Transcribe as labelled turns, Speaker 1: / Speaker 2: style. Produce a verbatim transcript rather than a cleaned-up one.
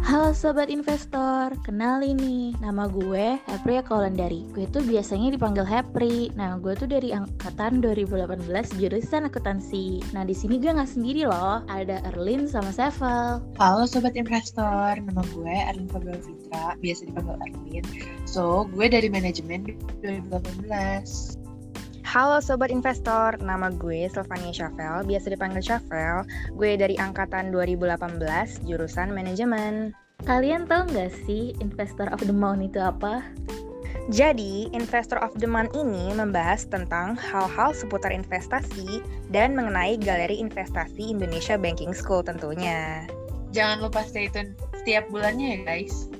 Speaker 1: Halo Sobat Investor, kenalin nih, nama gue Hepri Kaulandari. Gue tuh biasanya dipanggil Hepri. Nah, gue tuh dari angkatan dua ribu delapan belas jurusan akuntansi. Nah, di sini gue nggak sendiri loh, ada Erlin sama Sevel.
Speaker 2: Halo Sobat Investor, nama gue Erlin Fabel Fitra, biasa dipanggil Erlin. So, gue dari manajemen dua ribu delapan belas.
Speaker 3: Halo Sobat Investor, nama gue Sylvania Shavel, biasa dipanggil Shavel. Gue dari angkatan dua ribu delapan belas, jurusan manajemen.
Speaker 1: Kalian tahu nggak sih Investor of the Month itu apa?
Speaker 3: Jadi, Investor of the Month ini membahas tentang hal-hal seputar investasi dan mengenai Galeri Investasi Indonesia Banking School tentunya.
Speaker 2: Jangan lupa stay tune setiap bulannya ya guys.